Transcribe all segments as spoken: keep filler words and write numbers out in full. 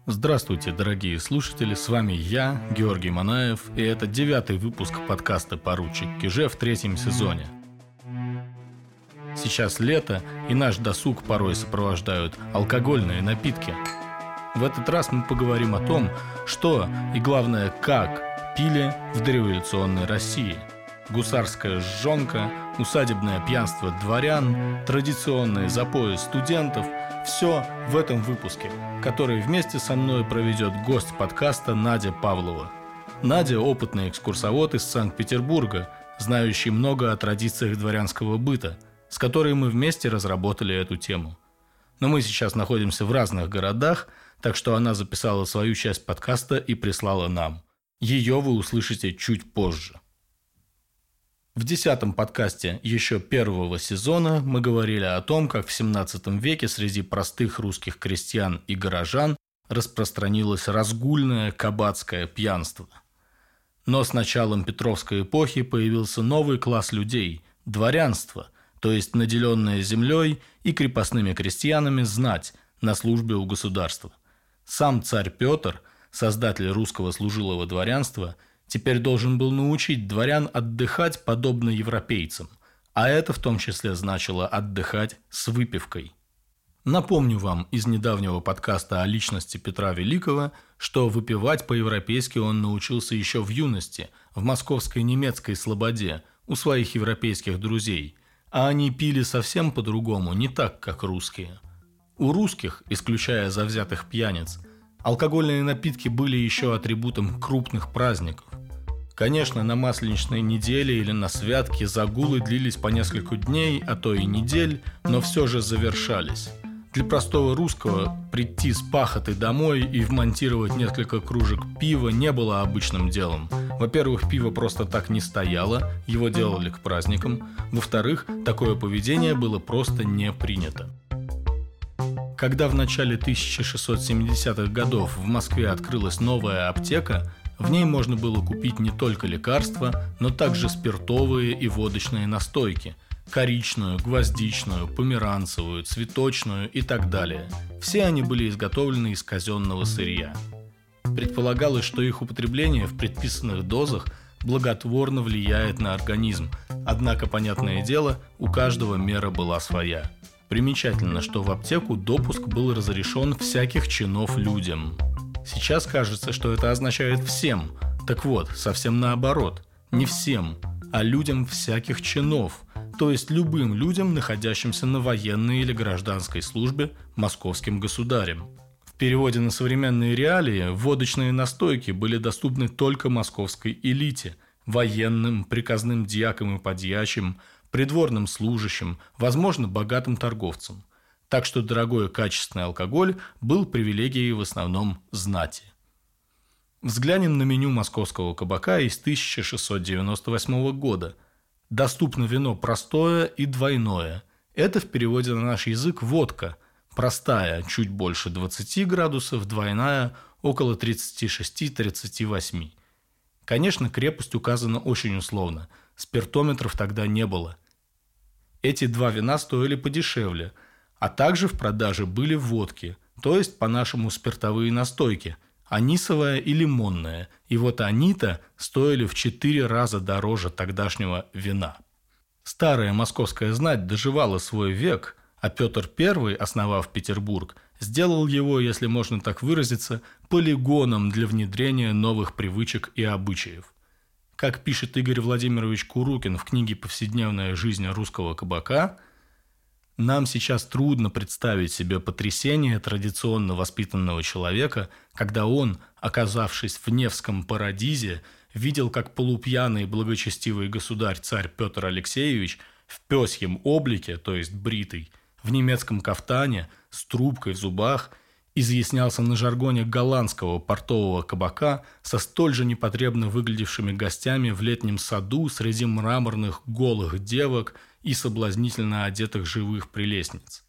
Здравствуйте, дорогие слушатели, с вами я, Георгий Манаев, и это девятый выпуск подкаста «Поручик Киже» в третьем сезоне. Сейчас лето, и наш досуг порой сопровождают алкогольные напитки. В этот раз мы поговорим о том, что и, главное, как пили в дореволюционной России. Гусарская жжёнка, усадебное пьянство дворян, традиционные запои студентов – все в этом выпуске, который вместе со мной проведет гость подкаста Надя Павлова. Надя – опытный экскурсовод из Санкт-Петербурга, знающий много о традициях дворянского быта, с которой мы вместе разработали эту тему. Но мы сейчас находимся в разных городах, так что она записала свою часть подкаста и прислала нам. Ее вы услышите чуть позже. В десятом подкасте еще первого сезона мы говорили о том, как в семнадцатом веке среди простых русских крестьян и горожан распространилось разгульное кабацкое пьянство. Но с началом Петровской эпохи появился новый класс людей – дворянство, то есть наделенная землей и крепостными крестьянами знать на службе у государства. Сам царь Петр, создатель русского служилого дворянства, теперь должен был научить дворян отдыхать подобно европейцам, а это в том числе значило отдыхать с выпивкой. Напомню вам из недавнего подкаста о личности Петра Великого, что выпивать по-европейски он научился еще в юности, в московской немецкой слободе, у своих европейских друзей, а они пили совсем по-другому, не так, как русские. У русских, исключая завзятых пьяниц, алкогольные напитки были еще атрибутом крупных праздников. Конечно, на Масленичной неделе или на святке загулы длились по несколько дней, а то и недель, но все же завершались. Для простого русского прийти с пахоты домой и вмонтировать несколько кружек пива не было обычным делом. Во-первых, пиво просто так не стояло, его делали к праздникам. Во-вторых, такое поведение было просто не принято. Когда в начале тысяча шестьсот семидесятых годов в Москве открылась новая аптека, в ней можно было купить не только лекарства, но также спиртовые и водочные настойки – коричную, гвоздичную, померанцевую, цветочную и так далее. Все они были изготовлены из казенного сырья. Предполагалось, что их употребление в предписанных дозах благотворно влияет на организм, однако, понятное дело, у каждого мера была своя. Примечательно, что в аптеку допуск был разрешен всяких чинов людям. Сейчас кажется, что это означает всем. Так вот, совсем наоборот. Не всем, а людям всяких чинов, то есть любым людям, находящимся на военной или гражданской службе московским государем. В переводе на современные реалии водочные настойки были доступны только московской элите, военным, приказным дьякам и подьячим, придворным служащим, возможно, богатым торговцам. Так что дорогой и качественный алкоголь был привилегией в основном знати. Взглянем на меню московского кабака из тысяча шестьсот девяносто восьмого года. Доступно вино простое и двойное. Это в переводе на наш язык водка. Простая чуть больше двадцати градусов, двойная около тридцати шести - тридцати восьми. Конечно, крепость указана очень условно. Спиртометров тогда не было. Эти два вина стоили подешевле, а также в продаже были водки, то есть по-нашему спиртовые настойки, анисовая и лимонная, и вот они-то стоили в четыре раза дороже тогдашнего вина. Старая московская знать доживала свой век, а Петр Первый, основав Петербург, сделал его, если можно так выразиться, полигоном для внедрения новых привычек и обычаев. Как пишет Игорь Владимирович Курукин в книге «Повседневная жизнь русского кабака», нам сейчас трудно представить себе потрясение традиционно воспитанного человека, когда он, оказавшись в Невском Парадизе, видел, как полупьяный благочестивый государь-царь Петр Алексеевич в пёсьем облике, то есть бритый, в немецком кафтане, с трубкой в зубах, изъяснялся на жаргоне голландского портового кабака со столь же непотребно выглядевшими гостями в летнем саду среди мраморных голых девок и соблазнительно одетых живых прелестниц.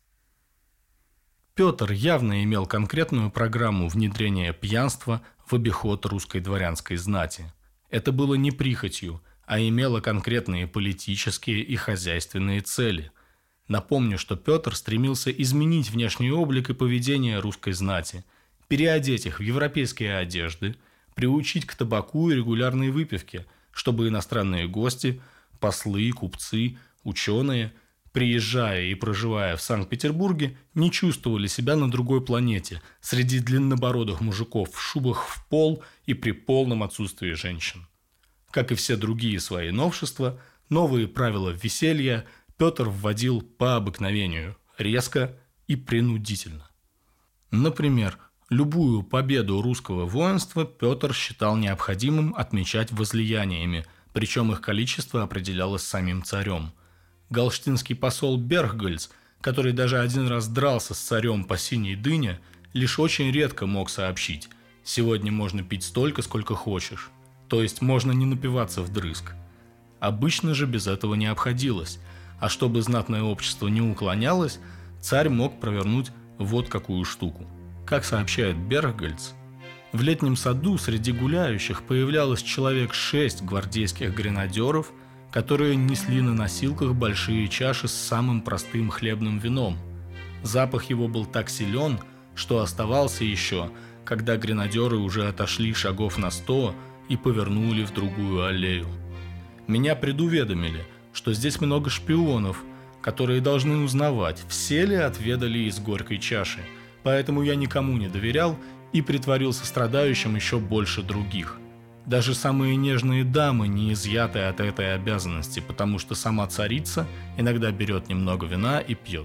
Петр явно имел конкретную программу внедрения пьянства в обиход русской дворянской знати. Это было не прихотью, а имело конкретные политические и хозяйственные цели. Напомню, что Петр стремился изменить внешний облик и поведение русской знати, переодеть их в европейские одежды, приучить к табаку и регулярной выпивке, чтобы иностранные гости, послы, купцы, ученые, приезжая и проживая в Санкт-Петербурге, не чувствовали себя на другой планете, среди длиннобородых мужиков в шубах в пол и при полном отсутствии женщин. Как и все другие свои новшества, новые правила веселья Петр вводил по обыкновению, резко и принудительно. Например, любую победу русского воинства Петр считал необходимым отмечать возлияниями, причем их количество определялось самим царем. Галштинский посол Берггольц, который даже один раз дрался с царем по синей дыне, лишь очень редко мог сообщить: «Сегодня можно пить столько, сколько хочешь», то есть можно не напиваться вдрызг. Обычно же без этого не обходилось, а чтобы знатное общество не уклонялось, царь мог провернуть вот какую штуку. Как сообщает Берггольц, в летнем саду среди гуляющих появлялось человек шесть гвардейских гренадеров, которые несли на носилках большие чаши с самым простым хлебным вином. Запах его был так силен, что оставался еще, когда гренадеры уже отошли шагов на сто и повернули в другую аллею. Меня предуведомили, что здесь много шпионов, которые должны узнавать, все ли отведали из горькой чаши, поэтому я никому не доверял и притворился страдающим еще больше других. Даже самые нежные дамы не изъяты от этой обязанности, потому что сама царица иногда берет немного вина и пьет.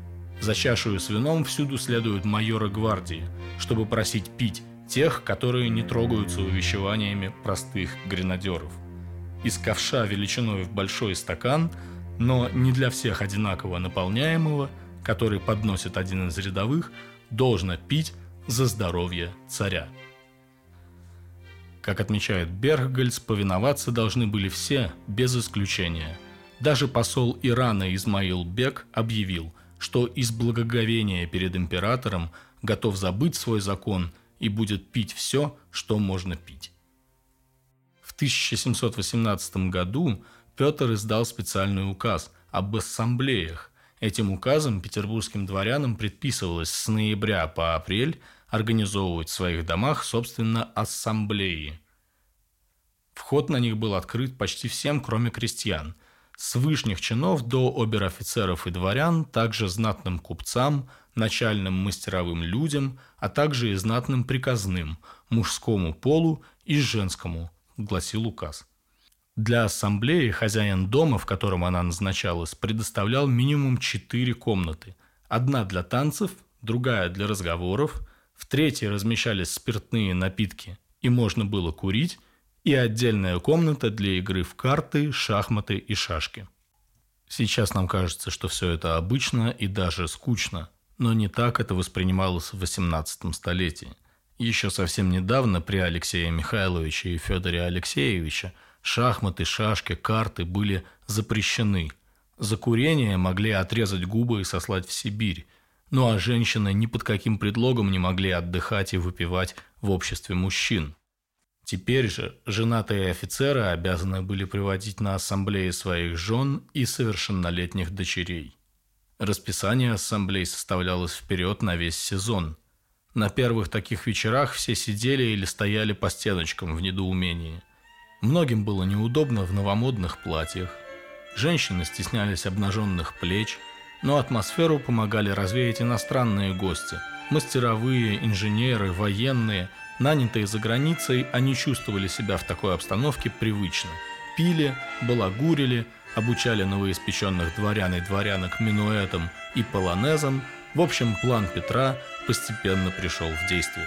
За чашею с вином всюду следуют майоры гвардии, чтобы просить пить тех, которые не трогаются увещеваниями простых гренадеров. Из ковша величиной в большой стакан, но не для всех одинаково наполняемого, который подносит один из рядовых, должно пить за здоровье царя. Как отмечает Берггольц, повиноваться должны были все, без исключения. Даже посол Ирана Измаил Бек объявил, что из благоговения перед императором готов забыть свой закон и будет пить все, что можно пить. В тысяча семьсот восемнадцатом году Петр издал специальный указ об ассамблеях. Этим указом петербургским дворянам предписывалось с ноября по апрель организовывать в своих домах, собственно, ассамблеи. Вход на них был открыт почти всем, кроме крестьян. С вышних чинов до обер-офицеров и дворян, также знатным купцам, начальным мастеровым людям, а также и знатным приказным, мужскому полу и женскому, гласил указ. Для ассамблеи хозяин дома, в котором она назначалась, предоставлял минимум четыре комнаты. Одна для танцев, другая для разговоров, в третьей размещались спиртные напитки и можно было курить, и отдельная комната для игры в карты, шахматы и шашки. Сейчас нам кажется, что все это обычно и даже скучно, но не так это воспринималось в восемнадцатом столетии. Еще совсем недавно при Алексее Михайловиче и Федоре Алексеевиче шахматы, шашки, карты были запрещены. За курение могли отрезать губы и сослать в Сибирь. Ну а женщины ни под каким предлогом не могли отдыхать и выпивать в обществе мужчин. Теперь же женатые офицеры обязаны были приводить на ассамблеи своих жен и совершеннолетних дочерей. Расписание ассамблей составлялось вперед на весь сезон. На первых таких вечерах все сидели или стояли по стеночкам в недоумении. Многим было неудобно в новомодных платьях. Женщины стеснялись обнаженных плеч, но атмосферу помогали развеять иностранные гости. Мастеровые, инженеры, военные, нанятые за границей, они чувствовали себя в такой обстановке привычно. Пили, балагурили, обучали новоиспеченных дворян и дворянок минуэтам и полонезам. В общем, план Петра постепенно пришел в действие.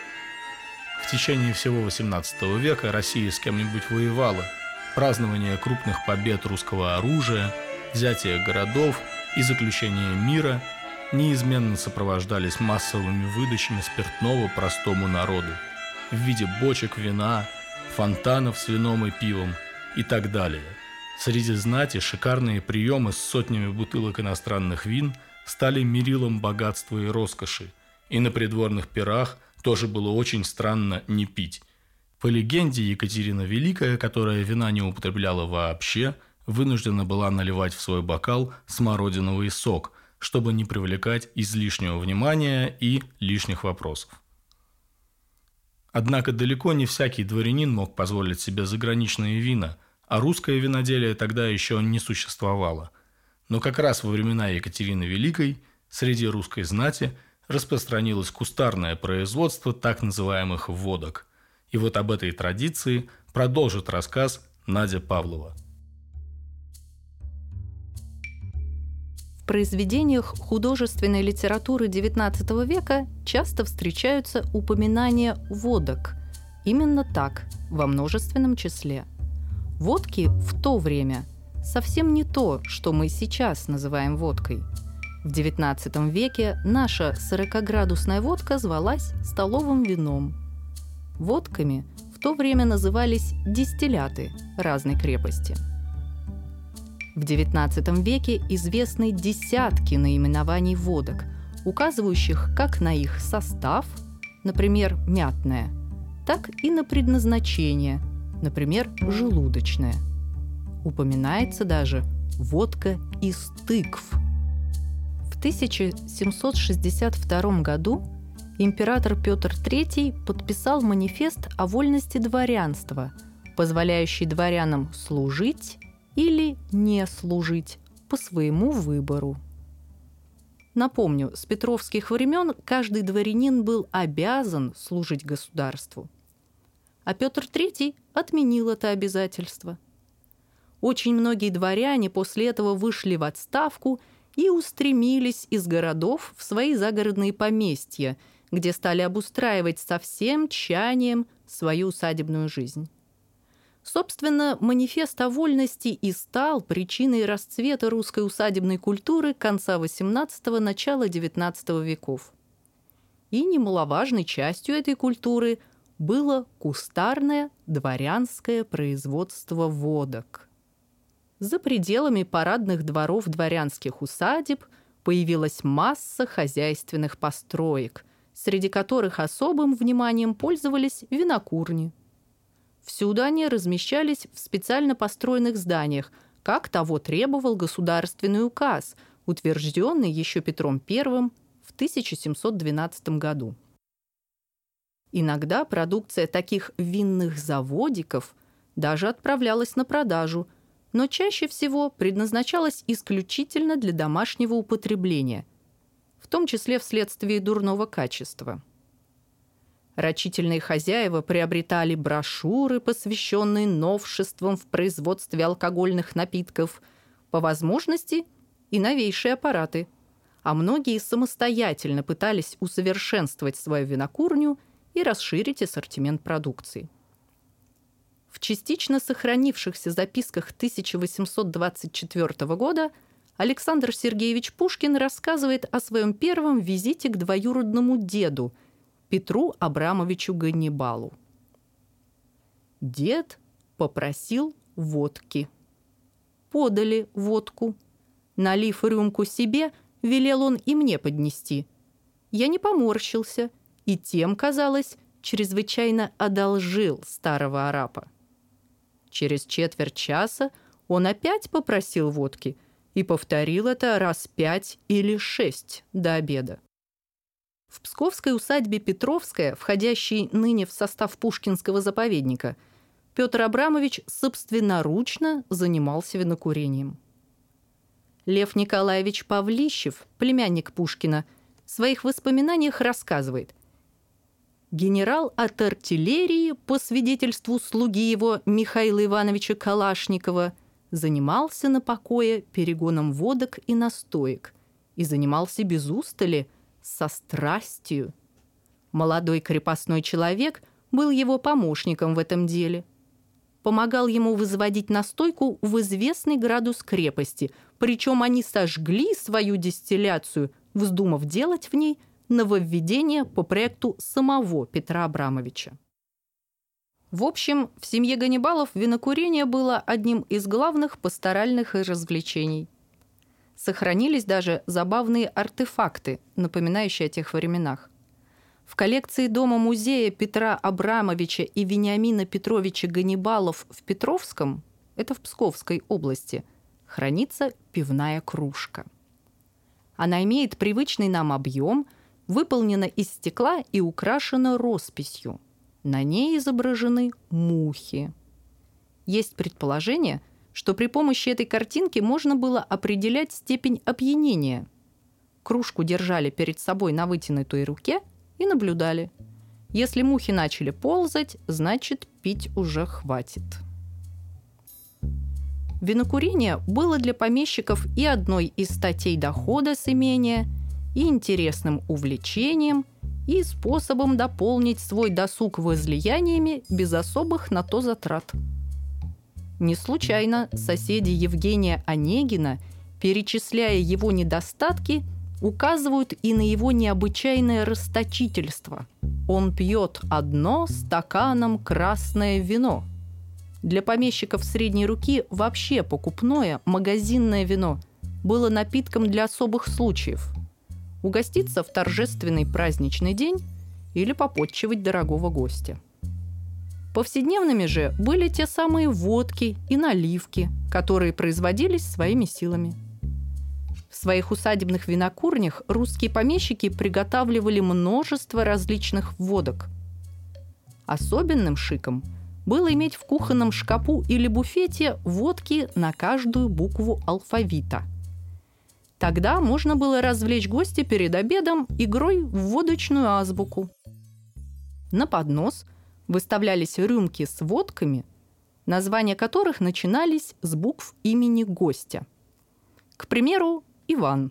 В течение всего восемнадцатого века Россия с кем-нибудь воевала. Празднование крупных побед русского оружия, взятие городов и заключение мира неизменно сопровождались массовыми выдачами спиртного простому народу в виде бочек вина, фонтанов с вином и пивом и так далее. Среди знати шикарные приемы с сотнями бутылок иностранных вин стали мерилом богатства и роскоши, и на придворных пирах тоже было очень странно не пить. По легенде, Екатерина Великая, которая вина не употребляла вообще, вынуждена была наливать в свой бокал смородиновый сок, чтобы не привлекать излишнего внимания и лишних вопросов. Однако далеко не всякий дворянин мог позволить себе заграничные вина, а русское виноделие тогда еще не существовало. Но как раз во времена Екатерины Великой среди русской знати распространилось кустарное производство так называемых водок. И вот об этой традиции продолжит рассказ Надя Павлова. В произведениях художественной литературы девятнадцатого века часто встречаются упоминания водок. Именно так, во множественном числе. Водки в то время совсем не то, что мы сейчас называем водкой. В девятнадцатом веке наша сорокаградусная водка звалась столовым вином. Водками в то время назывались дистилляты разной крепости. В девятнадцатом веке известны десятки наименований водок, указывающих как на их состав, например, мятное, так и на предназначение, например, желудочное. Упоминается даже водка из тыкв. В тысяча семьсот шестьдесят втором году император Петр Третий подписал манифест о вольности дворянства, позволяющий дворянам служить или не служить по своему выбору. Напомню, с петровских времен каждый дворянин был обязан служить государству. А Петр Третий отменил это обязательство. Очень многие дворяне после этого вышли в отставку и устремились из городов в свои загородные поместья, где стали обустраивать со всем тщанием свою усадебную жизнь. Собственно, манифест о вольности и стал причиной расцвета русской усадебной культуры конца восемнадцатого – начала девятнадцатого веков. И немаловажной частью этой культуры было кустарное дворянское производство водок. За пределами парадных дворов дворянских усадеб появилась масса хозяйственных построек, среди которых особым вниманием пользовались винокурни. Всюду они размещались в специально построенных зданиях, как того требовал государственный указ, утвержденный еще Петром Первым в тысяча семьсот двенадцатом году. Иногда продукция таких винных заводиков даже отправлялась на продажу, но чаще всего предназначалась исключительно для домашнего употребления, в том числе вследствие дурного качества. Рачительные хозяева приобретали брошюры, посвященные новшествам в производстве алкогольных напитков, по возможности и новейшие аппараты, а многие самостоятельно пытались усовершенствовать свою винокурню и расширить ассортимент продукции. В частично сохранившихся записках тысяча восемьсот двадцать четвёртого года Александр Сергеевич Пушкин рассказывает о своем первом визите к двоюродному деду Петру Абрамовичу Ганнибалу. Дед попросил водки. Подали водку. Налив рюмку себе, велел он и мне поднести. Я не поморщился, и тем, казалось, чрезвычайно одолжил старого арапа. Через четверть часа он опять попросил водки и повторил это раз пять или шесть до обеда. В псковской усадьбе Петровская, входящей ныне в состав Пушкинского заповедника, Петр Абрамович собственноручно занимался винокурением. Лев Николаевич Павлищев, племянник Пушкина, в своих воспоминаниях рассказывает: генерал от артиллерии, по свидетельству слуги его Михаила Ивановича Калашникова, занимался на покое перегоном водок и настоек и занимался без устали, со страстью. Молодой крепостной человек был его помощником в этом деле. Помогал ему возводить настойку в известный градус крепости, причем они сожгли свою дистилляцию, вздумав делать в ней нововведение по проекту самого Петра Абрамовича. В общем, в семье Ганнибалов винокурение было одним из главных пасторальных развлечений. Сохранились даже забавные артефакты, напоминающие о тех временах. В коллекции дома-музея Петра Абрамовича и Вениамина Петровича Ганнибалов в Петровском, это в Псковской области, хранится пивная кружка. Она имеет привычный нам объем, выполнена из стекла и украшена росписью. На ней изображены мухи. Есть предположение, что при помощи этой картинки можно было определять степень опьянения. Кружку держали перед собой на вытянутой руке и наблюдали. Если мухи начали ползать, значит, пить уже хватит. Винокурение было для помещиков и одной из статей дохода с имения, и интересным увлечением, и способом дополнить свой досуг возлияниями без особых на то затрат. Не случайно соседи Евгения Онегина, перечисляя его недостатки, указывают и на его необычайное расточительство. Он пьет одно стаканом красное вино. Для помещиков средней руки вообще покупное магазинное вино было напитком для особых случаев. Угоститься в торжественный праздничный день или попотчевать дорогого гостя. Повседневными же были те самые водки и наливки, которые производились своими силами. В своих усадебных винокурнях русские помещики приготавливали множество различных водок. Особенным шиком было иметь в кухонном шкафу или буфете водки на каждую букву алфавита. Тогда можно было развлечь гостя перед обедом игрой в водочную азбуку. На поднос выставлялись рюмки с водками, названия которых начинались с букв имени гостя. К примеру, Иван.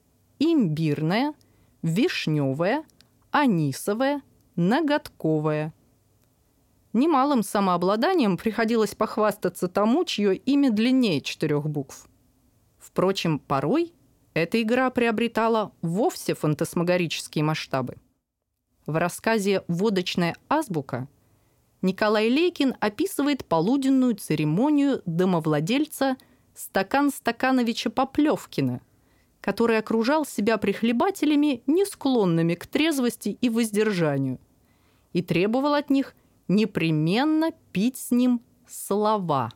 Имбирная, вишневая, анисовая, ноготковая. Немалым самообладанием приходилось похвастаться тому, чье имя длиннее четырех букв. Впрочем, порой эта игра приобретала вовсе фантасмагорические масштабы. В рассказе «Водочная азбука» Николай Лейкин описывает полуденную церемонию домовладельца Стакан Стакановича Поплевкина, который окружал себя прихлебателями, не склонными к трезвости и воздержанию, и требовал от них непременно пить с ним слова.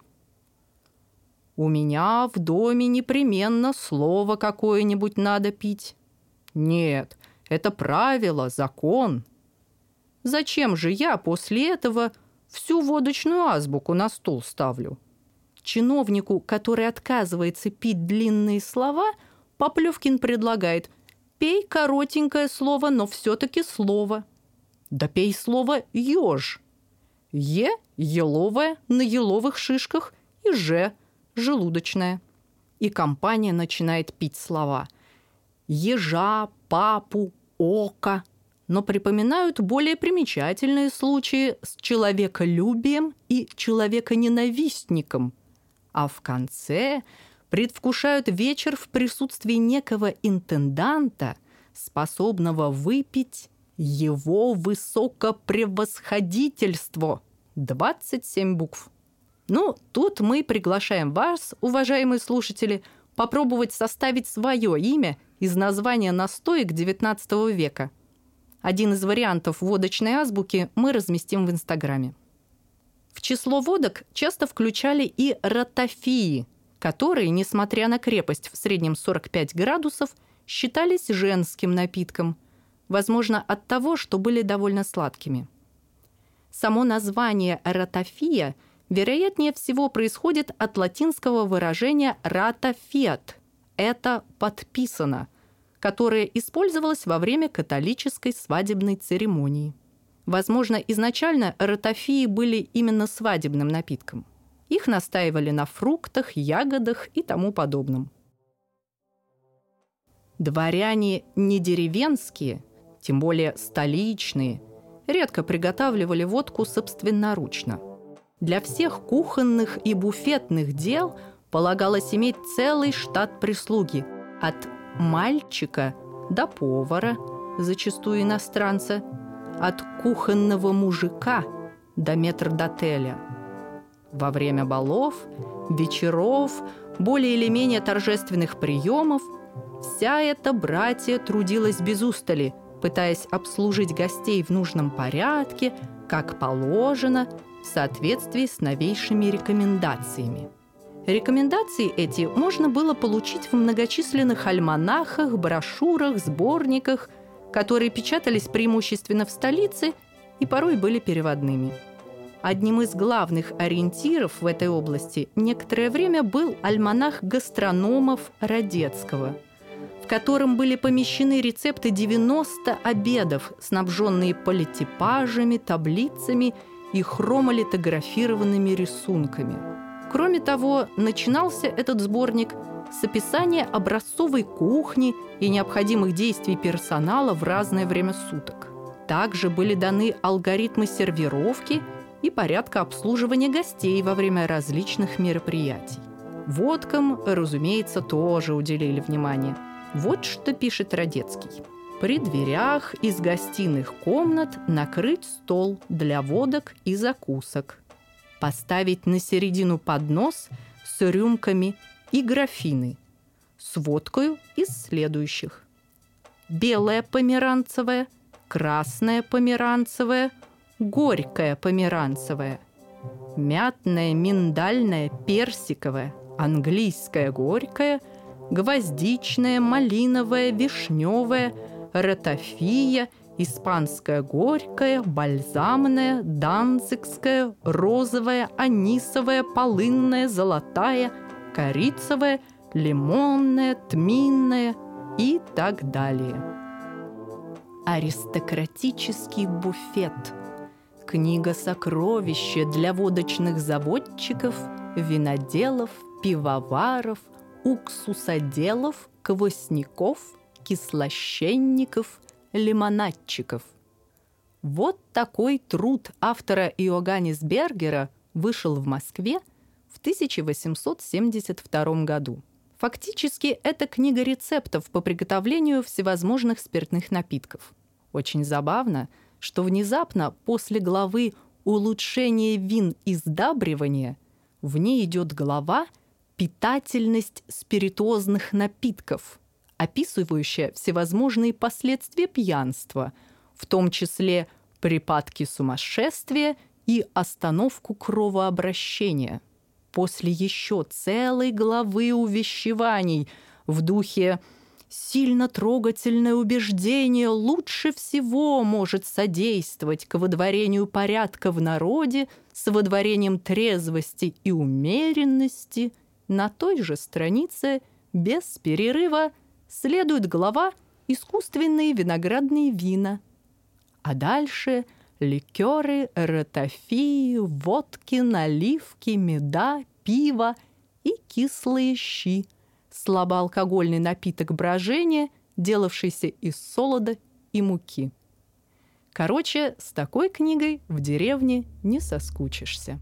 «У меня в доме непременно слово какое-нибудь надо пить. Нет, это правило, закон. Зачем же я после этого всю водочную азбуку на стол ставлю?» Чиновнику, который отказывается пить длинные слова, Поплевкин предлагает: «Пей коротенькое слово, но все-таки слово». Да пей слово «еж». «Е» – еловое на еловых шишках, и «ж» – желудочное. И компания начинает пить слова ежа, папу, ока, но припоминают более примечательные случаи с человеколюбием и человеконенавистником, а в конце предвкушают вечер в присутствии некого интенданта, способного выпить его высокопревосходительство. двадцать семь букв. Ну, тут мы приглашаем вас, уважаемые слушатели, попробовать составить свое имя из названия настоек девятнадцатого века. Один из вариантов водочной азбуки мы разместим в Инстаграме. В число водок часто включали и ратафии, которые, несмотря на крепость в среднем сорок пять градусов, считались женским напитком, возможно, от того, что были довольно сладкими. Само название ратафия, вероятнее всего, происходит от латинского выражения «ратафиат» – «это подписано», которое использовалось во время католической свадебной церемонии. Возможно, изначально ратафии были именно свадебным напитком. Их настаивали на фруктах, ягодах и тому подобном. Дворяне не деревенские, тем более столичные, редко приготавливали водку собственноручно. Для всех кухонных и буфетных дел полагалось иметь целый штат прислуги, от мальчика до повара, зачастую иностранца, от кухонного мужика до метрдотеля. Во время балов, вечеров, более или менее торжественных приемов вся эта братья трудилась без устали, пытаясь обслужить гостей в нужном порядке, как положено, в соответствии с новейшими рекомендациями. Рекомендации эти можно было получить в многочисленных альманахах, брошюрах, сборниках, которые печатались преимущественно в столице и порой были переводными. Одним из главных ориентиров в этой области некоторое время был альманах гастрономов Радецкого, в котором были помещены рецепты девяноста обедов, снабженные политипажами, таблицами и хромолитографированными рисунками. Кроме того, начинался этот сборник с описания образцовой кухни и необходимых действий персонала в разное время суток. Также были даны алгоритмы сервировки и порядка обслуживания гостей во время различных мероприятий. Водкам, разумеется, тоже уделили внимание. Вот что пишет Радецкий. При дверях из гостиных комнат накрыть стол для водок и закусок. Поставить на середину поднос с рюмками и графины, с водкою из следующих: белая померанцевая, красная померанцевая, горькая померанцевая, мятная, миндальная, персиковая, английская горькая, гвоздичная, малиновая, вишневая, ратафия, испанская горькая, бальзамная, данцигская, розовая, анисовая, полынная, золотая, корицевая, лимонная, тминная и так далее. Аристократический буфет. Книга-сокровище для водочных заводчиков, виноделов, пивоваров, уксусоделов, квасников, кислощенников, лимонадчиков. Вот такой труд автора Иоганнис вышел в Москве в тысяча восемьсот семьдесят втором году. Фактически, это книга рецептов по приготовлению всевозможных спиртных напитков. Очень забавно, что внезапно после главы «Улучшение вин и сдабривание» в ней идет глава «Питательность спиритуозных напитков», описывающая всевозможные последствия пьянства, в том числе припадки сумасшествия и остановку кровообращения. После еще целой главы увещеваний в духе «сильно трогательное убеждение лучше всего может содействовать к водворению порядка в народе с водворением трезвости и умеренности», на той же странице без перерыва следует глава «Искусственные виноградные вина». А дальше ликеры, ратафии, водки, наливки, меда, пиво и кислые щи. Слабоалкогольный напиток брожения, делавшийся из солода и муки. Короче, с такой книгой в деревне не соскучишься.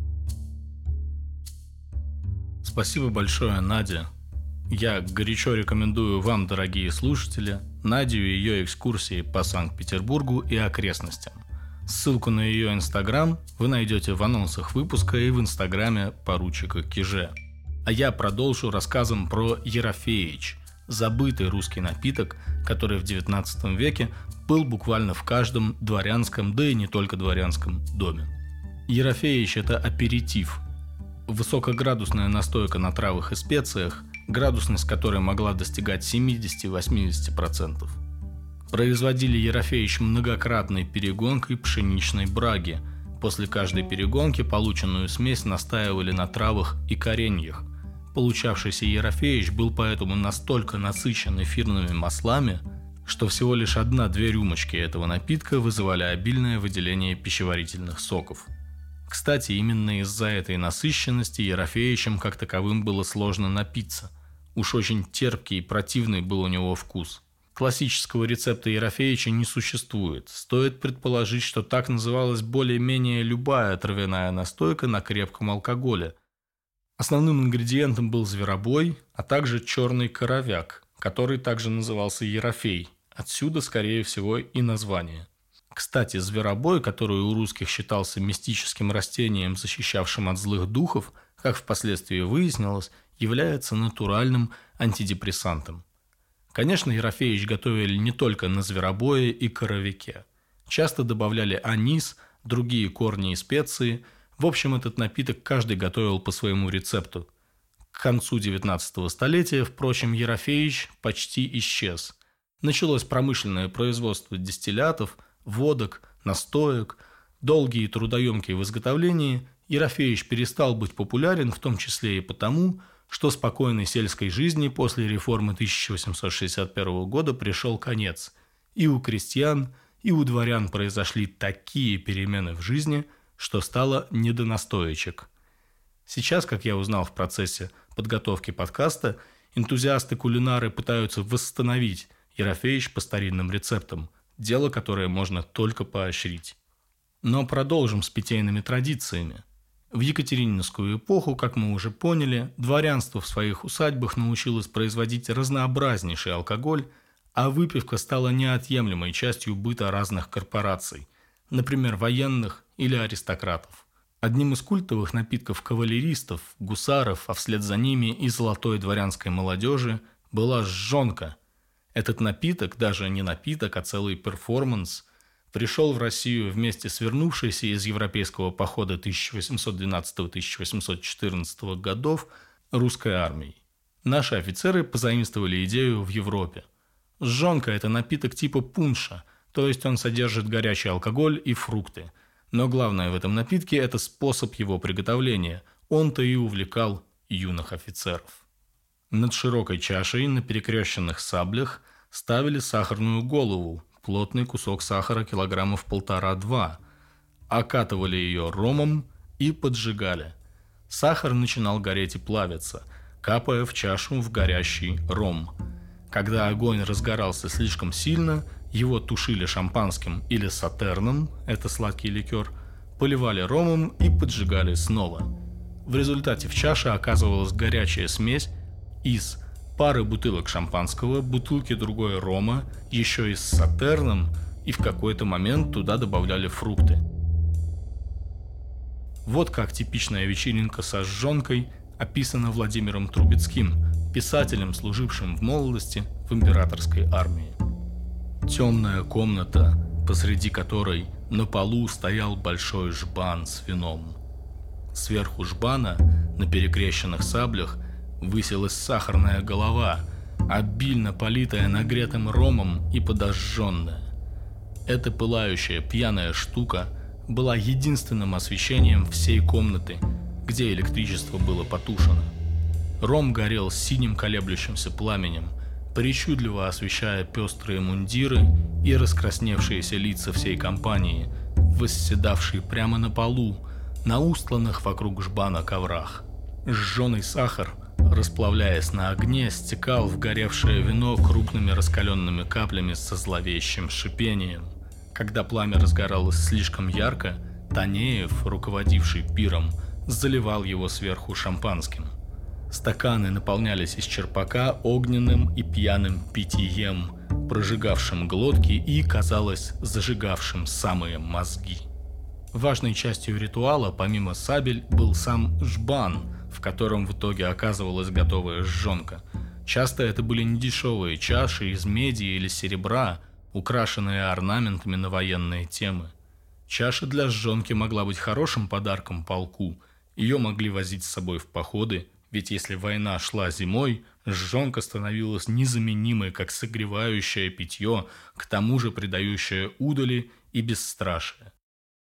Спасибо большое, Надя. Я горячо рекомендую вам, дорогие слушатели, Надю и ее экскурсии по Санкт-Петербургу и окрестностям. Ссылку на ее инстаграм вы найдете в анонсах выпуска и в инстаграме поручика Киже. А я продолжу рассказом про Ерофеич, забытый русский напиток, который в девятнадцатом веке был буквально в каждом дворянском, да и не только дворянском доме. Ерофеич – это аперитив, высокоградусная настойка на травах и специях, градусность которой могла достигать семьдесят-восемьдесят процентов. Производили Ерофеич многократной перегонкой пшеничной браги. После каждой перегонки полученную смесь настаивали на травах и кореньях. Получавшийся Ерофеич был поэтому настолько насыщен эфирными маслами, что всего лишь одна-две рюмочки этого напитка вызывали обильное выделение пищеварительных соков. Кстати, именно из-за этой насыщенности Ерофеичем как таковым было сложно напиться. Уж очень терпкий и противный был у него вкус. Классического рецепта Ерофеича не существует. Стоит предположить, что так называлась более-менее любая травяная настойка на крепком алкоголе. Основным ингредиентом был зверобой, а также черный коровяк, который также назывался Ерофей. Отсюда, скорее всего, и название. Кстати, зверобой, который у русских считался мистическим растением, защищавшим от злых духов, как впоследствии выяснилось, является натуральным антидепрессантом. Конечно, Ерофеич готовили не только на зверобое и коровяке. Часто добавляли анис, другие корни и специи. В общем, этот напиток каждый готовил по своему рецепту. К концу девятнадцатого столетия, впрочем, Ерофеич почти исчез. Началось промышленное производство дистиллятов, водок, настоек, долгий и трудоемкий в изготовлении, Ерофеич перестал быть популярен в том числе и потому, что спокойной сельской жизни после реформы тысяча восемьсот шестьдесят первого года пришел конец. И у крестьян, и у дворян произошли такие перемены в жизни, что стало не до настоечек. Сейчас, как я узнал в процессе подготовки подкаста, энтузиасты-кулинары пытаются восстановить Ерофеич по старинным рецептам, дело, которое можно только поощрить. Но продолжим с питейными традициями. В екатерининскую эпоху, как мы уже поняли, дворянство в своих усадьбах научилось производить разнообразнейший алкоголь, а выпивка стала неотъемлемой частью быта разных корпораций, например, военных или аристократов. Одним из культовых напитков кавалеристов, гусаров, а вслед за ними и золотой дворянской молодежи была жжёнка. Этот напиток, даже не напиток, а целый перформанс, пришел в Россию вместе с вернувшейся из европейского похода тысяча восемьсот двенадцатого — тысяча восемьсот четырнадцатого годов русской армией. Наши офицеры позаимствовали идею в Европе. Жжёнка – это напиток типа пунша, то есть он содержит горячий алкоголь и фрукты. Но главное в этом напитке – это способ его приготовления. Он-то и увлекал юных офицеров. Над широкой чашей на перекрещенных саблях ставили сахарную голову, плотный кусок сахара килограммов полтора-два, окатывали ее ромом и поджигали. Сахар начинал гореть и плавиться, капая в чашу в горящий ром. Когда огонь разгорался слишком сильно, его тушили шампанским или сатерном, это сладкий ликер, поливали ромом и поджигали снова. В результате в чаше оказывалась горячая смесь из пары бутылок шампанского, бутылки другой рома, еще и с сатерном, и в какой-то момент туда добавляли фрукты. Вот как типичная вечеринка со жжёнкой описана Владимиром Трубецким, писателем, служившим в молодости в императорской армии. Темная комната, посреди которой на полу стоял большой жбан с вином. Сверху жбана, на перекрещенных саблях, высилась сахарная голова, обильно политая нагретым ромом и подожженная. Эта пылающая пьяная штука была единственным освещением всей комнаты, где электричество было потушено. Ром горел синим колеблющимся пламенем, причудливо освещая пестрые мундиры и раскрасневшиеся лица всей компании, восседавшие прямо на полу, на устланных вокруг жбана коврах. Жженый сахар, расплавляясь на огне, стекал в горевшее вино крупными раскаленными каплями со зловещим шипением. Когда пламя разгоралось слишком ярко, Танеев, руководивший пиром, заливал его сверху шампанским. Стаканы наполнялись из черпака огненным и пьяным питьем, прожигавшим глотки и, казалось, зажигавшим самые мозги. Важной частью ритуала, помимо сабель, был сам жбан, в котором в итоге оказывалась готовая жжёнка. Часто это были недешевые чаши из меди или серебра, украшенные орнаментами на военные темы. Чаша для жжёнки могла быть хорошим подарком полку, ее могли возить с собой в походы, ведь если война шла зимой, жжёнка становилась незаменимой как согревающее питье, к тому же придающее удали и бесстрашие.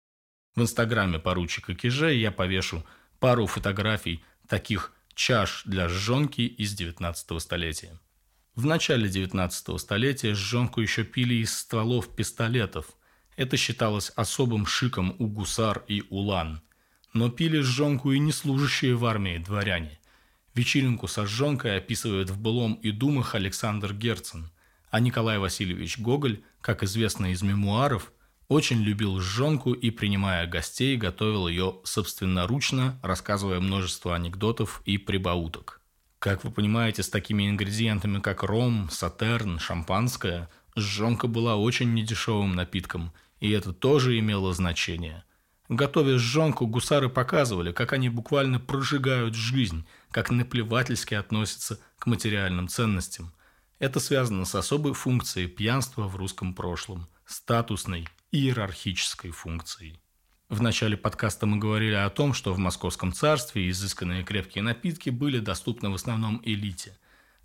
В инстаграме поручика Киже я повешу пару фотографий таких чаш для жжёнки из девятнадцатого столетия. В начале девятнадцатого столетия жжёнку еще пили из стволов пистолетов. Это считалось особым шиком у гусар и улан. Но пили жжёнку и не служащие в армии дворяне. Вечеринку со жжёнкой описывает в «Былом и думах» Александр Герцен, а Николай Васильевич Гоголь, как известно из мемуаров, очень любил жжёнку и, принимая гостей, готовил ее собственноручно, рассказывая множество анекдотов и прибауток. Как вы понимаете, с такими ингредиентами, как ром, сатерн, шампанское, жжёнка была очень недешевым напитком, и это тоже имело значение. Готовя жжёнку, гусары показывали, как они буквально прожигают жизнь, как наплевательски относятся к материальным ценностям. Это связано с особой функцией пьянства в русском прошлом – статусной и иерархической функцией. В начале подкаста мы говорили о том, что в Московском царстве изысканные крепкие напитки были доступны в основном элите.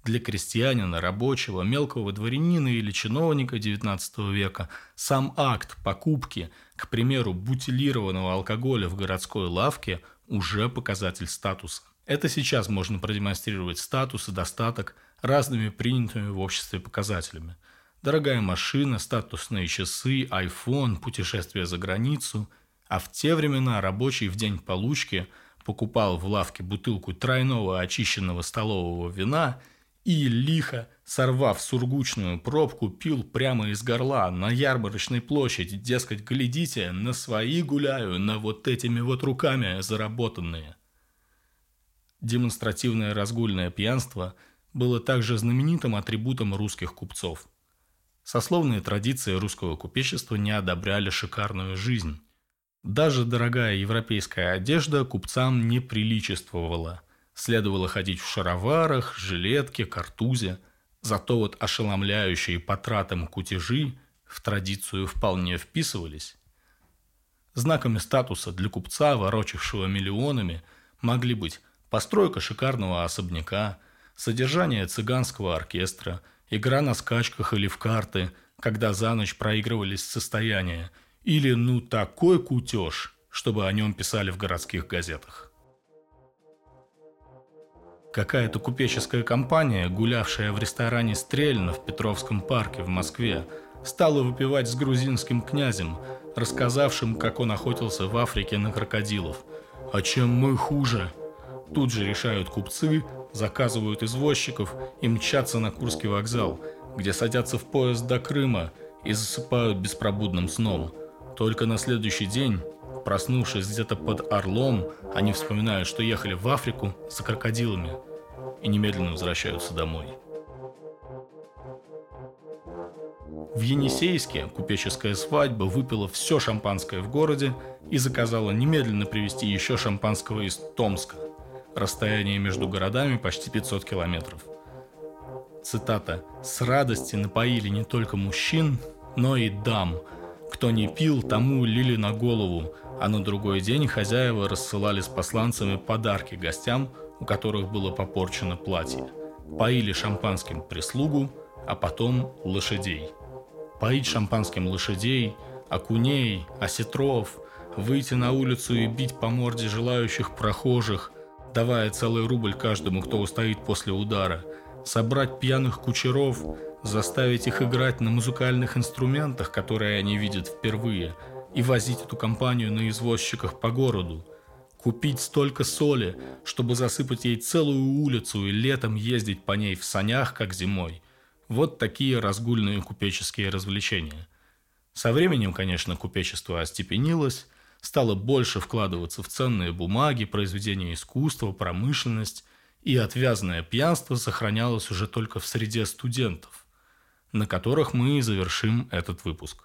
Для крестьянина, рабочего, мелкого дворянина или чиновника девятнадцатого века сам акт покупки, к примеру, бутилированного алкоголя в городской лавке уже показатель статуса. Это сейчас можно продемонстрировать статус и достаток разными принятыми в обществе показателями. Дорогая машина, статусные часы, айфон, путешествие за границу. А в те времена рабочий в день получки покупал в лавке бутылку тройного очищенного столового вина и, лихо сорвав сургучную пробку, пил прямо из горла на ярмарочной площади, дескать, глядите, на свои гуляю, на вот этими вот руками заработанные. Демонстративное разгульное пьянство было также знаменитым атрибутом русских купцов. Сословные традиции русского купечества не одобряли шикарную жизнь. Даже дорогая европейская одежда купцам не приличествовала. Следовало ходить в шароварах, жилетке, картузе. Зато вот ошеломляющие по тратам кутежи в традицию вполне вписывались. Знаками статуса для купца, ворочавшего миллионами, могли быть постройка шикарного особняка, содержание цыганского оркестра, игра на скачках или в карты, когда за ночь проигрывались состояния, или ну такой кутеж, чтобы о нем писали в городских газетах. Какая-то купеческая компания, гулявшая в ресторане «Стрельна» в Петровском парке в Москве, стала выпивать с грузинским князем, рассказавшим, как он охотился в Африке на крокодилов. А чем мы хуже? Тут же решают купцы, заказывают извозчиков и мчатся на Курский вокзал, где садятся в поезд до Крыма и засыпают беспробудным сном. Только на следующий день, проснувшись где-то под Орлом, они вспоминают, что ехали в Африку за крокодилами и немедленно возвращаются домой. В Енисейске купеческая свадьба выпила все шампанское в городе и заказала немедленно привезти еще шампанского из Томска. Расстояние между городами почти пятьсот километров. Цитата: «С радости напоили не только мужчин, но и дам. Кто не пил, тому лили на голову, а на другой день хозяева рассылали с посланцами подарки гостям, у которых было попорчено платье. Поили шампанским прислугу, а потом лошадей». Поить шампанским лошадей, окуней, осетров, выйти на улицу и бить по морде желающих прохожих, давая целый рубль каждому, кто устоит после удара, собрать пьяных кучеров, заставить их играть на музыкальных инструментах, которые они видят впервые, и возить эту компанию на извозчиках по городу, купить столько соли, чтобы засыпать ей целую улицу и летом ездить по ней в санях, как зимой. Вот такие разгульные купеческие развлечения. Со временем, конечно, купечество остепенилось, стало больше вкладываться в ценные бумаги, произведения искусства, промышленность, и отвязное пьянство сохранялось уже только в среде студентов, на которых мы и завершим этот выпуск.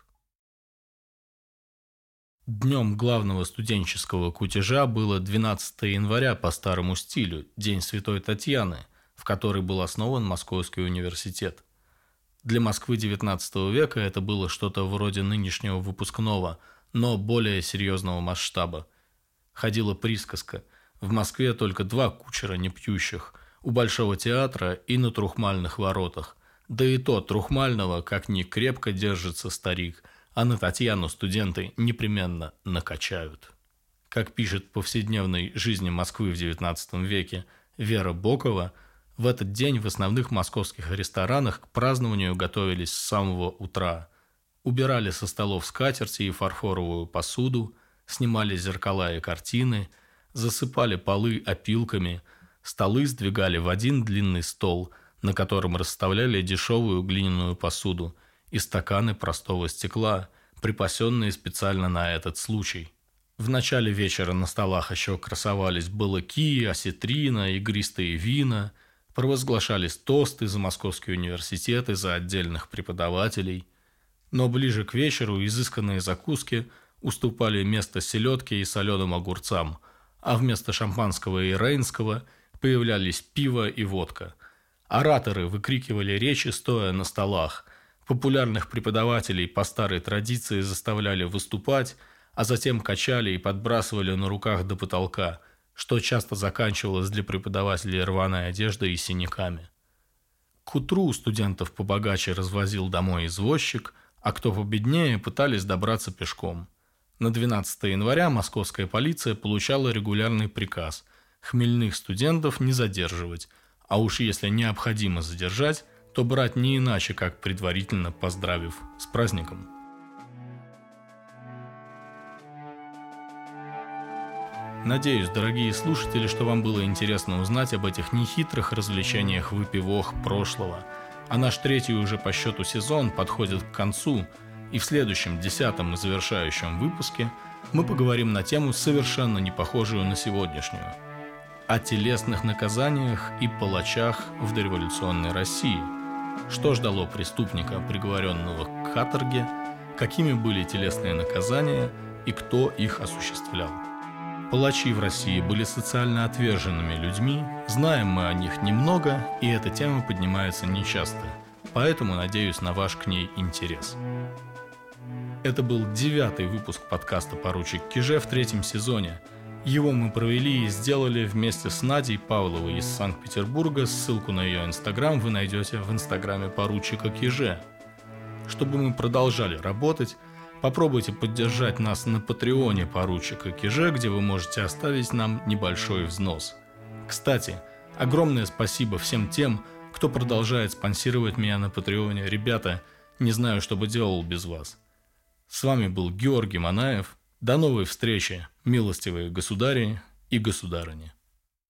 Днем главного студенческого кутежа было двенадцатого января по старому стилю, День Святой Татьяны, в который был основан Московский университет. Для Москвы девятнадцатого века это было что-то вроде нынешнего выпускного, но более серьезного масштаба. Ходила присказка: в Москве только два кучера непьющих, у Большого театра и на Трухмальных воротах. Да и то Трухмального, как ни крепко держится старик, а на Татьяну студенты непременно накачают. Как пишет в повседневной жизни Москвы в девятнадцатом веке Вера Бокова, в этот день в основных московских ресторанах к празднованию готовились с самого утра. Убирали со столов скатерти и фарфоровую посуду, снимали зеркала и картины, засыпали полы опилками, столы сдвигали в один длинный стол, на котором расставляли дешевую глиняную посуду и стаканы простого стекла, припасенные специально на этот случай. В начале вечера на столах еще красовались балыки, осетрина, игристые вина, провозглашались тосты за Московский университет и за отдельных преподавателей. Но ближе к вечеру изысканные закуски уступали место селедке и соленым огурцам, а вместо шампанского и рейнского появлялись пиво и водка. Ораторы выкрикивали речи, стоя на столах. Популярных преподавателей по старой традиции заставляли выступать, а затем качали и подбрасывали на руках до потолка, что часто заканчивалось для преподавателей рваной одеждой и синяками. К утру студентов побогаче развозил домой извозчик, а кто победнее, пытались добраться пешком. На двенадцатое января московская полиция получала регулярный приказ хмельных студентов не задерживать, а уж если необходимо задержать, то брать не иначе, как предварительно поздравив с праздником. Надеюсь, дорогие слушатели, что вам было интересно узнать об этих нехитрых развлечениях-выпивох прошлого. А наш третий уже по счету сезон подходит к концу, и в следующем, десятом и завершающем выпуске мы поговорим на тему, совершенно не похожую на сегодняшнюю. О телесных наказаниях и палачах в дореволюционной России. Что ждало преступника, приговоренного к каторге, какими были телесные наказания и кто их осуществлял. Палачи в России были социально отверженными людьми, знаем мы о них немного, и эта тема поднимается нечасто, поэтому надеюсь на ваш к ней интерес. Это был девятый выпуск подкаста «Поручик Киже» в третьем сезоне. Его мы провели и сделали вместе с Надей Павловой из Санкт-Петербурга. Ссылку на ее инстаграм вы найдете в инстаграме «Поручика Киже». Чтобы мы продолжали работать, попробуйте поддержать нас на патреоне «Поручика Киже», где вы можете оставить нам небольшой взнос. Кстати, огромное спасибо всем тем, кто продолжает спонсировать меня на патреоне. Ребята, не знаю, что бы делал без вас. С вами был Георгий Манаев. До новой встречи, милостивые государи и государыни.